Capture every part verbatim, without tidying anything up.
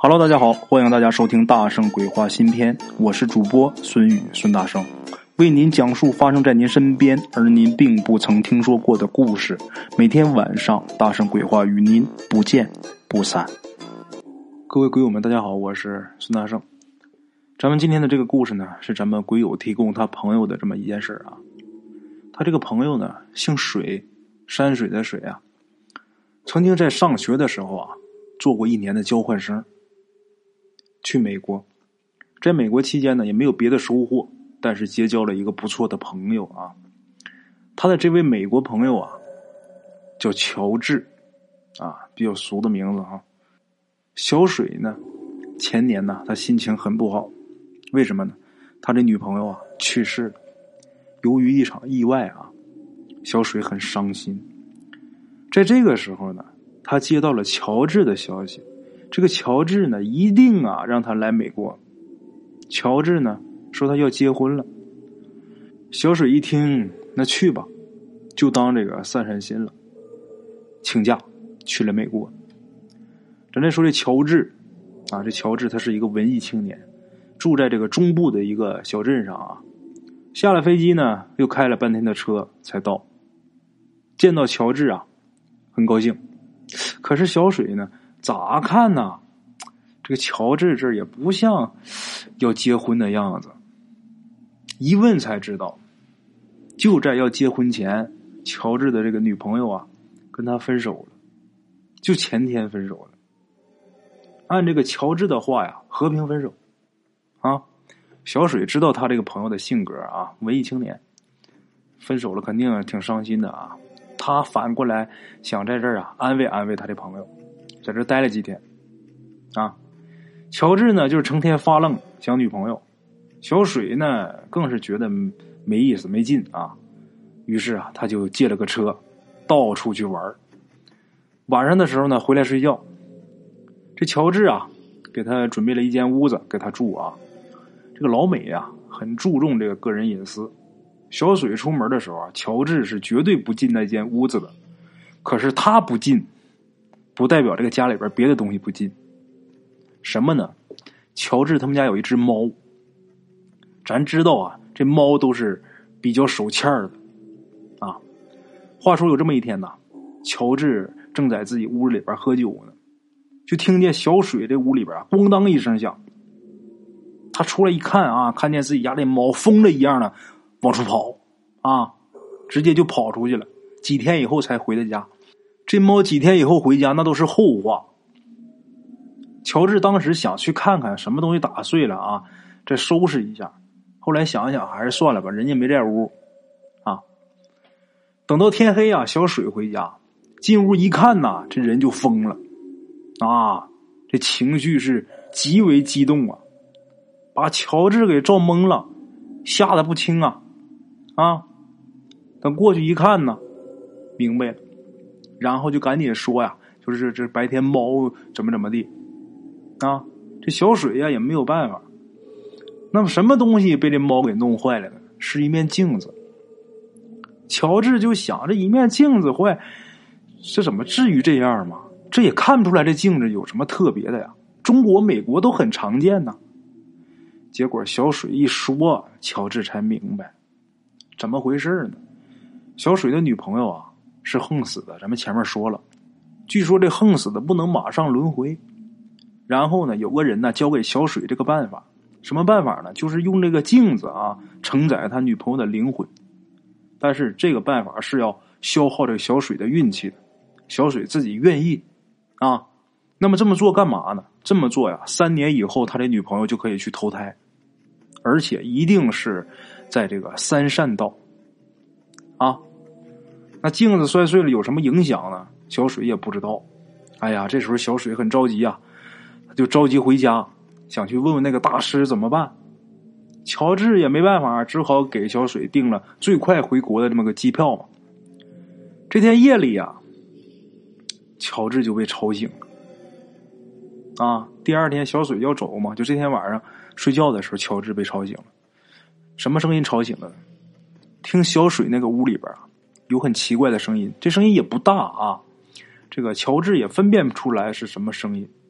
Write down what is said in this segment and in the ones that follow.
Hello， 大家好，欢迎大家收听大圣鬼话新篇，我是主播孙宇孙大圣，为您讲述发生在您身边而您并不曾听说过的故事。每天晚上大圣鬼话与您不见不散。各位鬼友们大家好，我是孙大圣。咱们今天的这个故事呢，是咱们鬼友提供他朋友的这么一件事啊。他这个朋友呢姓水，山水的水啊，曾经在上学的时候啊做过一年的交换生，去美国。在美国期间呢也没有别的收获，但是结交了一个不错的朋友啊。他的这位美国朋友啊叫乔治啊，比较俗的名字啊。小水呢前年呢他心情很不好，为什么呢？他这女朋友啊去世了，由于一场意外啊，小水很伤心。在这个时候呢，他接到了乔治的消息，这个乔治呢一定啊让他来美国。乔治呢说他要结婚了。小水一听，那去吧，就当这个散散心了，请假去了美国。咱再说这乔治啊，这乔治他是一个文艺青年，住在这个中部的一个小镇上啊。下了飞机呢，又开了半天的车才到。见到乔治啊，很高兴。可是小水呢，咋看呢？这个乔治这也不像要结婚的样子。一问才知道，就在要结婚前，乔治的这个女朋友啊，跟他分手了，就前天分手了。按这个乔治的话呀，和平分手啊。小水知道他这个朋友的性格啊，文艺青年，分手了肯定挺伤心的啊。他反过来想在这儿啊安慰安慰他的朋友，在这儿待了几天啊。乔治呢就是成天发愣想女朋友，小水呢更是觉得没意思没劲啊。于是啊他就借了个车到处去玩。晚上的时候呢回来睡觉，这乔治啊给他准备了一间屋子给他住啊。这个老美啊很注重这个个人隐私，小水出门的时候啊，乔治是绝对不进那间屋子的。可是他不进不代表这个家里边别的东西不进。什么呢？乔治他们家有一只猫。咱知道啊，这猫都是比较手欠的啊。话说有这么一天呢，乔治正在自己屋里边喝酒呢，就听见小水这屋里边啊咣当一声响。他出来一看啊，看见自己家这猫疯了一样的往出跑啊，直接就跑出去了。几天以后才回的家。这猫几天以后回家那都是后话。乔治当时想去看看什么东西打碎了啊，再收拾一下。后来想想还是算了吧，人家没在屋啊。等到天黑啊，小水回家进屋一看呐，这人就疯了啊，这情绪是极为激动啊，把乔治给照懵了，吓得不轻啊啊！等过去一看呢，明白了，然后就赶紧说呀，就是这白天猫怎么怎么地啊，这小水呀也没有办法。那么什么东西被这猫给弄坏了呢？是一面镜子。乔治就想，这一面镜子坏，这怎么至于这样吗？这也看不出来这镜子有什么特别的呀，中国美国都很常见呢。结果小水一说，乔治才明白怎么回事呢。小水的女朋友啊是横死的，咱们前面说了，据说这横死的不能马上轮回。然后呢有个人呢教给小水这个办法，什么办法呢？就是用这个镜子啊承载他女朋友的灵魂。但是这个办法是要消耗这个小水的运气的，小水自己愿意啊。那么这么做干嘛呢？这么做呀，三年以后他这女朋友就可以去投胎，而且一定是在这个三善道啊。那镜子摔碎了有什么影响呢？小水也不知道。哎呀，这时候小水很着急啊，他就着急回家，想去问问那个大师怎么办。乔治也没办法，只好给小水订了最快回国的这么个机票嘛。这天夜里啊，乔治就被吵醒了啊。第二天小水要走嘛，就这天晚上睡觉的时候，乔治被吵醒了。什么声音吵醒了呢？听小水那个屋里边啊有很奇怪的声音，这声音也不大啊，这个乔治也分辨不出来是什么声音。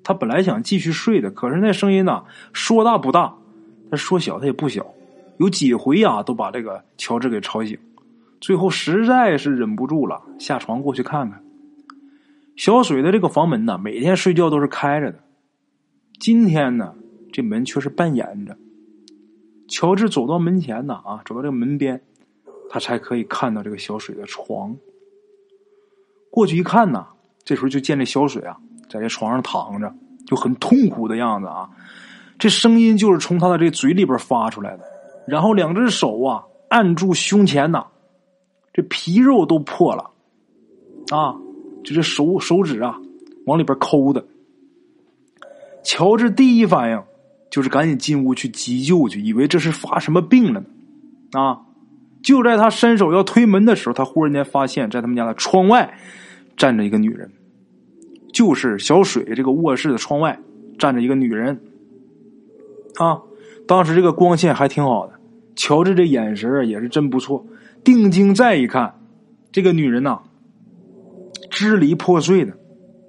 他本来想继续睡的，可是那声音呢、啊，说大不大，他说小他也不小，有几回啊都把这个乔治给吵醒。最后实在是忍不住了，下床过去看看。小水的这个房门呢，每天睡觉都是开着的，今天呢，这门却是半掩着。乔治走到门前呢，啊，走到这个门边，他才可以看到这个小水的床。过去一看呢，这时候就见这小水啊，在这床上躺着，就很痛苦的样子啊。这声音就是从他的这嘴里边发出来的，然后两只手啊按住胸前呐，这皮肉都破了啊，就这手手指啊往里边抠的。乔治第一反应就是赶紧进屋去急救去，以为这是发什么病了呢啊！就在他伸手要推门的时候，他忽然间发现在他们家的窗外站着一个女人，就是小水这个卧室的窗外站着一个女人啊！当时这个光线还挺好的，乔治这眼神也是真不错。定睛再一看，这个女人呐、啊，支离破碎的。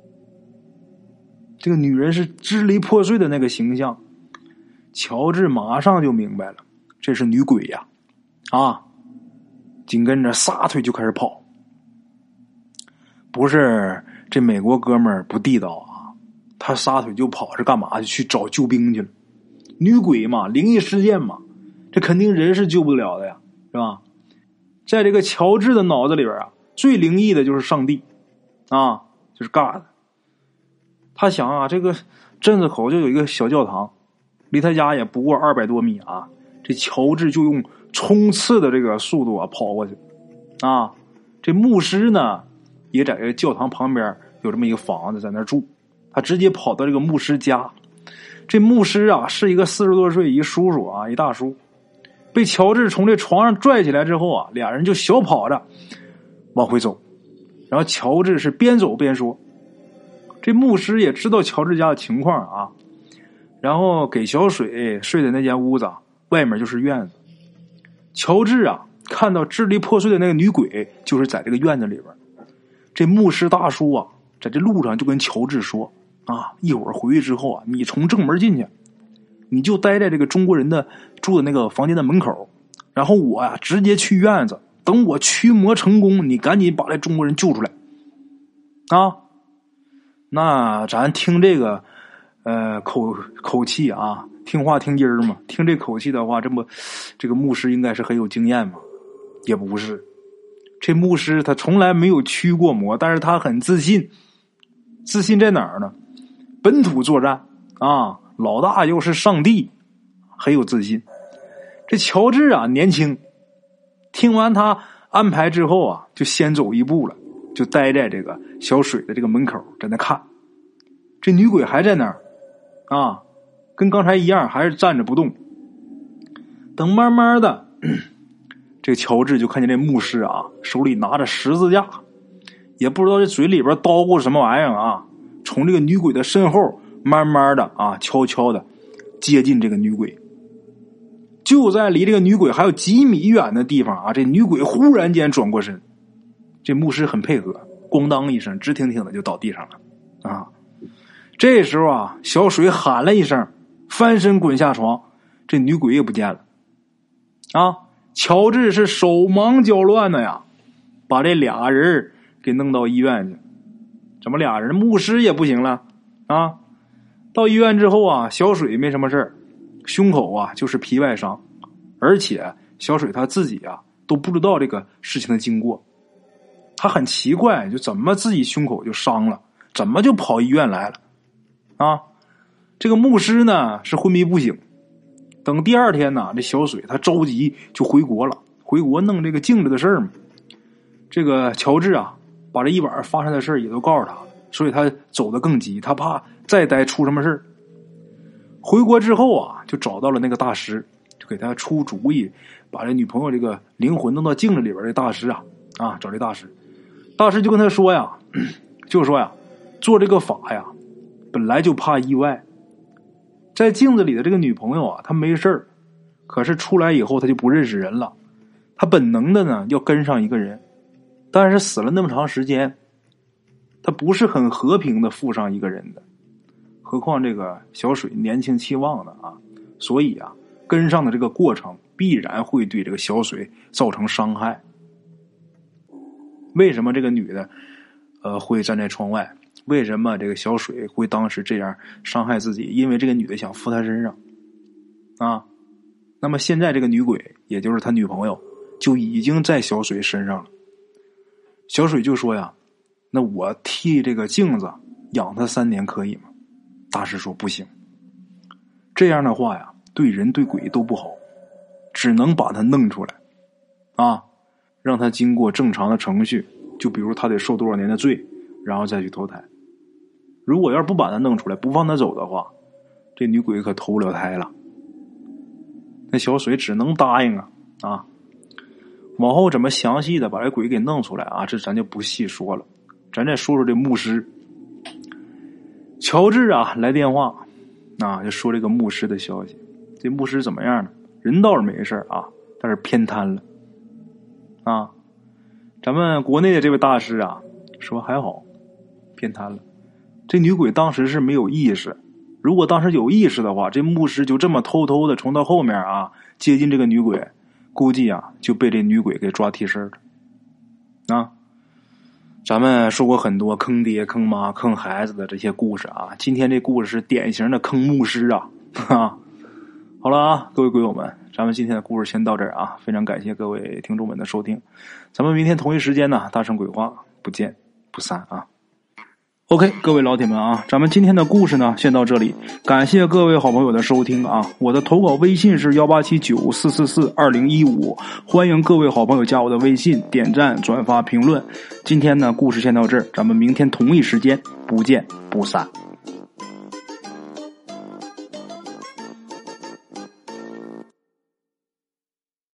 这个女人是支离破碎的那个形象，乔治马上就明白了，这是女鬼呀！啊，紧跟着撒腿就开始跑。不是这美国哥们儿不地道啊，他撒腿就跑是干嘛？就去找救兵去了。女鬼嘛，灵异事件嘛，这肯定人是救不了的呀，是吧？在这个乔治的脑子里边啊，最灵异的就是上帝啊，就是 God。他想啊，这个镇子口就有一个小教堂，离他家也不过二百多米啊。这乔治就用冲刺的这个速度啊跑过去啊。这牧师呢也在这个教堂旁边有这么一个房子在那住，他直接跑到这个牧师家。这牧师啊是一个四十多岁一叔叔啊，一大叔，被乔治从这床上拽起来之后啊，俩人就小跑着往回走。然后乔治是边走边说，这牧师也知道乔治家的情况啊，然后给小水睡的那间屋子外面就是院子。乔治啊看到支离破碎的那个女鬼就是在这个院子里边。这牧师大叔啊在这路上就跟乔治说啊，一会儿回去之后啊，你从正门进去，你就待在这个中国人的住的那个房间的门口，然后我呀、啊、直接去院子，等我驱魔成功，你赶紧把这中国人救出来啊。那咱听这个呃口口气啊，听话听音儿嘛，听这口气的话，这么这个牧师应该是很有经验嘛？也不是，这牧师他从来没有驱过魔，但是他很自信。自信在哪儿呢？本土作战啊，老大又是上帝，很有自信。这乔治啊年轻，听完他安排之后啊，就先走一步了，就待在这个小水的这个门口在那看。这女鬼还在那儿啊，跟刚才一样还是站着不动。等慢慢的这个乔治就看见这牧师啊手里拿着十字架，也不知道这嘴里边叨咕什么玩意儿啊，从这个女鬼的身后慢慢的啊悄悄的接近这个女鬼。就在离这个女鬼还有几米远的地方啊，这女鬼忽然间转过身，这牧师很配合，咣当一声直挺挺的就倒地上了啊。这时候啊小水喊了一声，翻身滚下床，这女鬼也不见了啊。乔治是手忙脚乱的呀，把这俩人给弄到医院去。怎么俩人？牧师也不行了啊。到医院之后啊，小水没什么事儿，胸口啊就是皮外伤，而且小水他自己啊都不知道这个事情的经过。他很奇怪，就怎么自己胸口就伤了，怎么就跑医院来了啊？这个牧师呢是昏迷不醒。等第二天呢，这小水他着急就回国了，回国弄这个镜子的事儿嘛。这个乔治啊把这一晚发生的事儿也都告诉他了，所以他走得更急，他怕再待出什么事儿。回国之后啊就找到了那个大师，就给他出主意，把这女朋友这个灵魂弄到镜子里边。这大师啊啊找这大师，大师就跟他说呀，就说呀，做这个法呀本来就怕意外，在镜子里的这个女朋友啊她没事儿，可是出来以后她就不认识人了，她本能的呢要跟上一个人，但是死了那么长时间，她不是很和平的附上一个人的， 何况这个小水年轻气旺的啊，所以啊，跟上的这个过程必然会对这个小水造成伤害。为什么这个女的呃会站在窗外？为什么这个小水会当时这样伤害自己？因为这个女的想附他身上啊。那么现在这个女鬼，也就是他女朋友，就已经在小水身上了。小水就说呀，那我替这个镜子养他三年可以吗？大师说不行，这样的话呀，对人对鬼都不好，只能把他弄出来啊，让他经过正常的程序，就比如他得受多少年的罪，然后再去投胎。如果要是不把他弄出来，不放他走的话，这女鬼可投不了胎了。那小水只能答应啊啊！往后怎么详细的把这鬼给弄出来啊？这咱就不细说了，咱再说说这牧师。乔治啊来电话啊，就说这个牧师的消息。这牧师怎么样呢？人倒是没事啊，但是偏瘫了啊。咱们国内的这位大师啊说还好，偏瘫了。这女鬼当时是没有意识，如果当时有意识的话，这牧师就这么偷偷的从他后面啊接近这个女鬼，估计啊就被这女鬼给抓替身了啊。咱们说过很多坑爹坑妈坑孩子的这些故事啊，今天这故事是典型的坑牧师啊哈。好了啊，各位鬼友们，咱们今天的故事先到这儿啊，非常感谢各位听众们的收听，咱们明天同一时间呢大圣鬼话不见不散啊。OK， 各位老铁们啊，咱们今天的故事呢先到这里，感谢各位好朋友的收听啊。我的投稿微信是一八七九四四四二零一五，欢迎各位好朋友加我的微信，点赞转发评论。今天呢故事先到这儿，咱们明天同一时间不见不散。